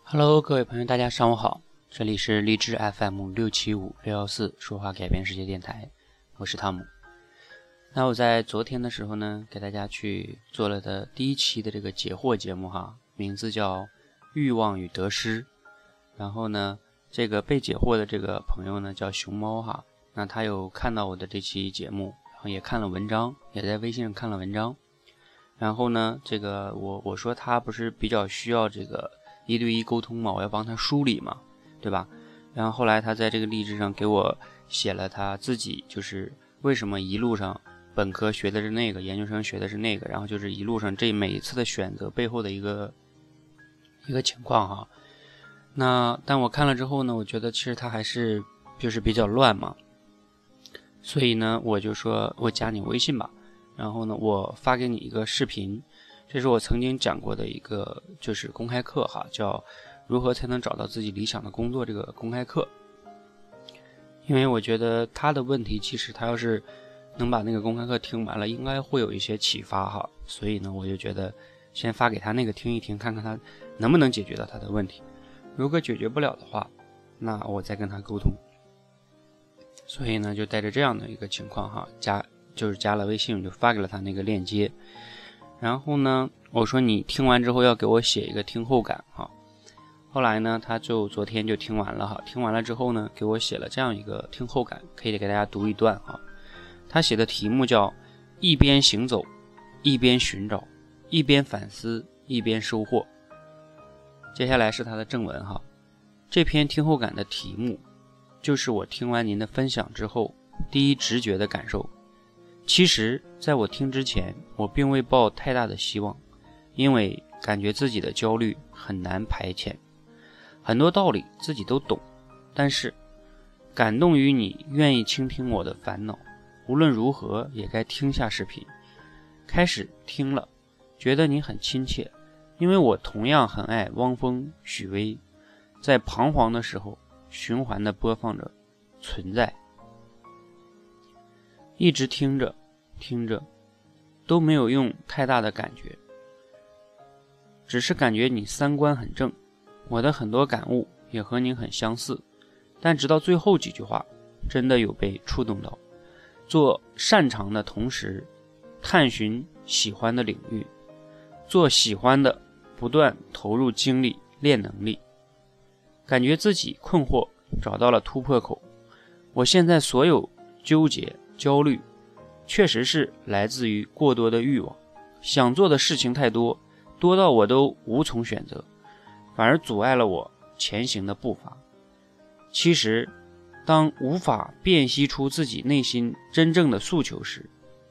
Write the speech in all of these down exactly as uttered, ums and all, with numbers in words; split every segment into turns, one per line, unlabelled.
Hello， 各位朋友，大家上午好，这里是荔枝 F M 六七五六一四说话改变世界电台，我是汤姆。那我在昨天的时候呢，给大家去做了的第一期的这个解惑节目哈，名字叫欲望与得失。然后呢，这个被解惑的这个朋友呢叫熊猫哈，那他有看到我的这期节目，然后也看了文章，也在微信上看了文章。然后呢，这个我我说他不是比较需要这个一对一沟通嘛，我要帮他梳理嘛，对吧？然后后来他在这个励志上给我写了他自己就是为什么一路上本科学的是那个，研究生学的是那个，然后就是一路上这每一次的选择背后的一个一个情况哈。那但我看了之后呢，我觉得其实他还是就是比较乱嘛，所以呢我就说我加你微信吧，然后呢我发给你一个视频，这是我曾经讲过的一个就是公开课哈，叫如何才能找到自己理想的工作这个公开课。因为我觉得他的问题其实他要是能把那个公开课听完了，应该会有一些启发哈，所以呢我就觉得先发给他那个听一听，看看他能不能解决到他的问题，如果解决不了的话，那我再跟他沟通。所以呢就带着这样的一个情况哈，加就是加了微信，我就发给了他那个链接。然后呢我说你听完之后要给我写一个听后感哈。后来呢他就昨天就听完了哈，听完了之后呢给我写了这样一个听后感，可以给大家读一段哈。他写的题目叫一边行走一边寻找，一边反思一边收获。接下来是他的正文哈。这篇听后感的题目就是我听完您的分享之后第一直觉的感受。其实在我听之前我并未抱太大的希望，因为感觉自己的焦虑很难排遣，很多道理自己都懂，但是感动于你愿意倾听我的烦恼，无论如何也该听下视频。开始听了觉得你很亲切，因为我同样很爱汪峰、许巍，在彷徨的时候循环地播放着存在，一直听着听着都没有用太大的感觉，只是感觉你三观很正，我的很多感悟也和你很相似，但直到最后几句话真的有被触动到。做擅长的同时探寻喜欢的领域，做喜欢的不断投入精力练能力，感觉自己困惑找到了突破口。我现在所有纠结焦虑确实是来自于过多的欲望，想做的事情太多，多到我都无从选择，反而阻碍了我前行的步伐。其实当无法辨析出自己内心真正的诉求时，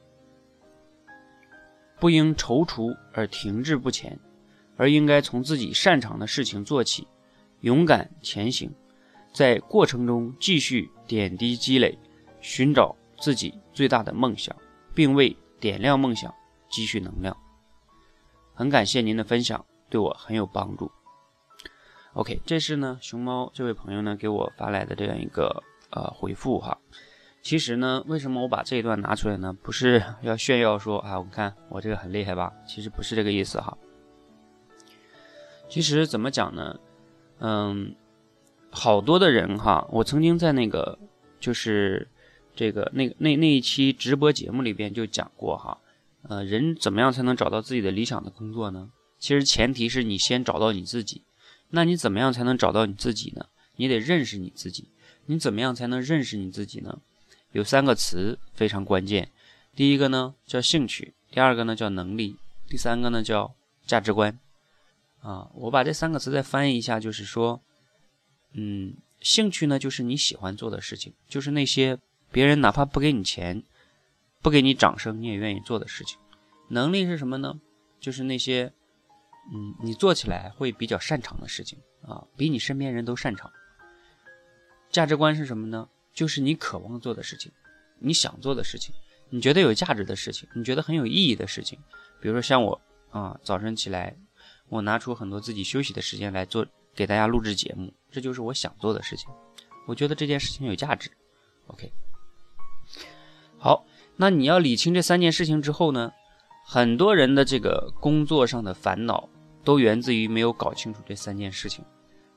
不应踌躇而停滞不前，而应该从自己擅长的事情做起，勇敢前行，在过程中继续点滴积累，寻找自己最大的梦想，并为点亮梦想积蓄能量。很感谢您的分享，对我很有帮助。OK， 这是呢熊猫这位朋友呢给我发来的这样一个呃回复哈。其实呢为什么我把这一段拿出来呢，不是要炫耀说啊我看我这个很厉害吧，其实不是这个意思哈。其实怎么讲呢，嗯，好多的人哈，我曾经在那个就是这个那个那那一期直播节目里边就讲过哈，呃，人怎么样才能找到自己的理想的工作呢？其实前提是你先找到你自己。那你怎么样才能找到你自己呢？你得认识你自己。你怎么样才能认识你自己呢？有三个词非常关键。第一个呢叫兴趣，第二个呢叫能力，第三个呢叫价值观。啊，我把这三个词再翻译一下，就是说，嗯，兴趣呢就是你喜欢做的事情，就是那些别人哪怕不给你钱，不给你掌声，你也愿意做的事情。能力是什么呢？就是那些嗯，你做起来会比较擅长的事情啊，比你身边人都擅长。价值观是什么呢？就是你渴望做的事情，你想做的事情，你觉得有价值的事情，你觉得很有意义的事情。比如说像我啊，早晨起来，我拿出很多自己休息的时间来做，给大家录制节目，这就是我想做的事情。我觉得这件事情有价值。OK， 好，那你要理清这三件事情之后呢，很多人的这个工作上的烦恼都源自于没有搞清楚这三件事情。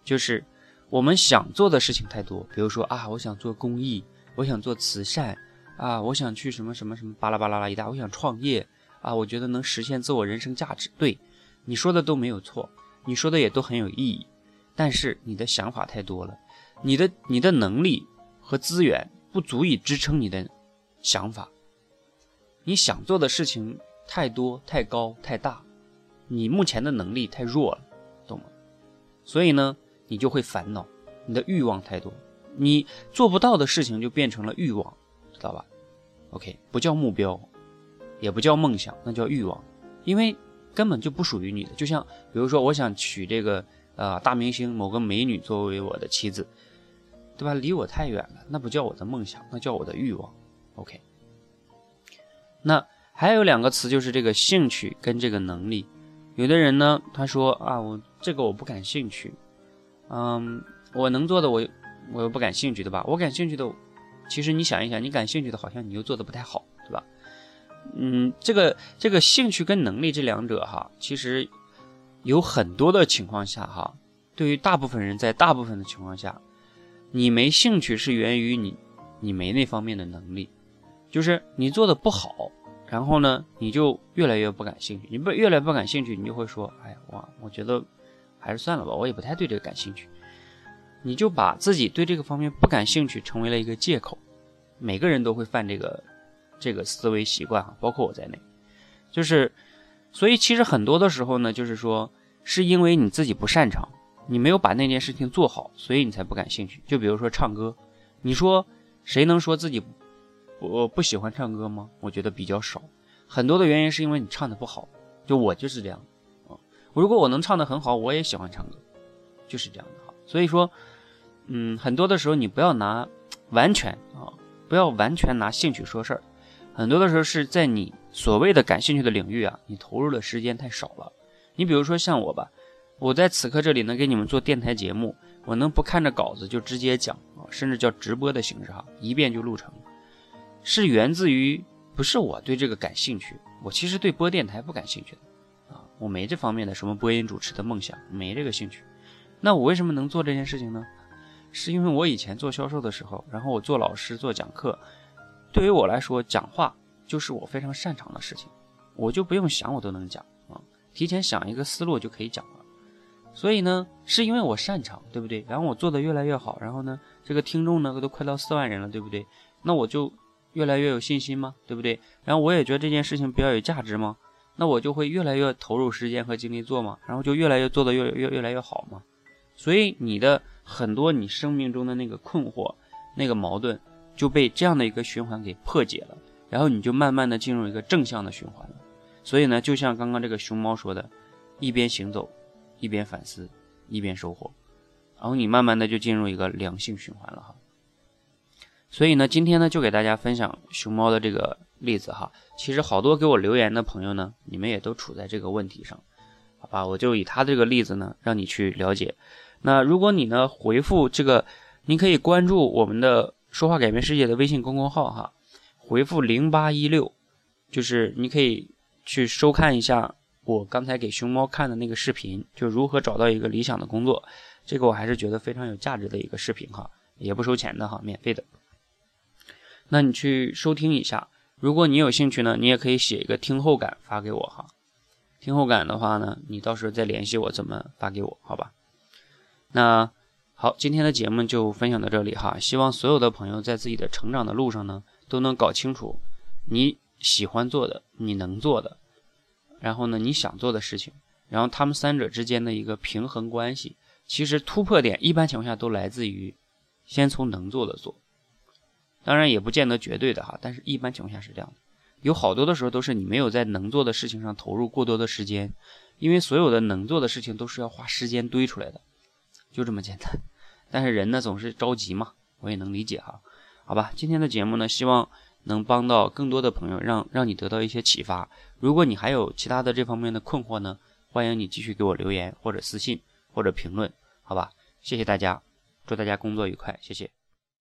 就是我们想做的事情太多，比如说啊，我想做公益，我想做慈善啊，我想去什么什么什么巴拉巴拉拉一大，我想创业啊，我觉得能实现自我人生价值。对，你说的都没有错，你说的也都很有意义，但是你的想法太多了，你的你的能力和资源不足以支撑你的想法，你想做的事情太多太高太大，你目前的能力太弱了，懂吗？所以呢你就会烦恼，你的欲望太多，你做不到的事情就变成了欲望，知道吧？ OK， 不叫目标也不叫梦想，那叫欲望，因为根本就不属于你的。就像比如说我想娶这个呃大明星某个美女作为我的妻子，对吧？离我太远了，那不叫我的梦想，那叫我的欲望。 OK， 那还有两个词，就是这个兴趣跟这个能力。有的人呢他说啊，我这个我不感兴趣，嗯，我能做的我我又不感兴趣，对吧？我感兴趣的，其实你想一想，你感兴趣的好像你又做的不太好，对吧？嗯，这个这个兴趣跟能力这两者哈，其实有很多的情况下哈，对于大部分人，在大部分的情况下，你没兴趣是源于你你没那方面的能力，就是你做的不好，然后呢你就越来越不感兴趣，你不越来越不感兴趣，你就会说，哎呀哇，我觉得还是算了吧，我也不太对这个感兴趣，你就把自己对这个方面不感兴趣成为了一个借口。每个人都会犯这个这个思维习惯，包括我在内。就是所以其实很多的时候呢，就是说是因为你自己不擅长，你没有把那件事情做好，所以你才不感兴趣。就比如说唱歌，你说谁能说自己我不喜欢唱歌吗？我觉得比较少，很多的原因是因为你唱的不好。就我就是这样，如果我能唱得很好，我也喜欢唱歌，就是这样的。所以说嗯，很多的时候你不要拿完全啊，不要完全拿兴趣说事儿，很多的时候是在你所谓的感兴趣的领域啊，你投入的时间太少了。你比如说像我吧，我在此刻这里能给你们做电台节目，我能不看着稿子就直接讲，甚至叫直播的形式哈，一遍就录成，是源自于不是我对这个感兴趣，我其实对播电台不感兴趣的啊，我没这方面的什么播音主持的梦想，没这个兴趣。那我为什么能做这件事情呢？是因为我以前做销售的时候，然后我做老师做讲课，对于我来说讲话就是我非常擅长的事情，我就不用想我都能讲啊，提前想一个思路就可以讲了。所以呢是因为我擅长，对不对？然后我做的越来越好，然后呢这个听众呢都快到四万人了，对不对？那我就越来越有信心嘛，对不对？然后我也觉得这件事情比较有价值嘛，那我就会越来越投入时间和精力做嘛，然后就越来越做的越越越来越好嘛。所以你的很多你生命中的那个困惑那个矛盾就被这样的一个循环给破解了，然后你就慢慢的进入一个正向的循环了。所以呢就像刚刚这个熊猫说的，一边行走一边反思一边收获，然后你慢慢的就进入一个良性循环了哈。所以呢今天呢就给大家分享熊猫的这个例子哈，其实好多给我留言的朋友呢，你们也都处在这个问题上，好吧？我就以他这个例子呢让你去了解。那如果你呢回复这个，你可以关注我们的说话改变世界的微信公众号哈，回复零八一六，就是你可以去收看一下我刚才给熊猫看的那个视频，就如何找到一个理想的工作，这个我还是觉得非常有价值的一个视频哈，也不收钱的哈，免费的。那你去收听一下，如果你有兴趣呢，你也可以写一个听后感发给我哈。听后感的话呢，你到时候再联系我怎么发给我，好吧？那好，今天的节目就分享到这里哈，希望所有的朋友在自己的成长的路上呢，都能搞清楚你喜欢做的，你能做的，然后呢你想做的事情，然后他们三者之间的一个平衡关系。其实突破点一般情况下都来自于先从能做的做，当然也不见得绝对的哈，但是一般情况下是这样的。有好多的时候都是你没有在能做的事情上投入过多的时间，因为所有的能做的事情都是要花时间堆出来的，就这么简单。但是人呢总是着急嘛，我也能理解哈。好吧，今天的节目呢希望能帮到更多的朋友，让让你得到一些启发。如果你还有其他的这方面的困惑呢，欢迎你继续给我留言或者私信或者评论，好吧？谢谢大家，祝大家工作愉快，谢谢。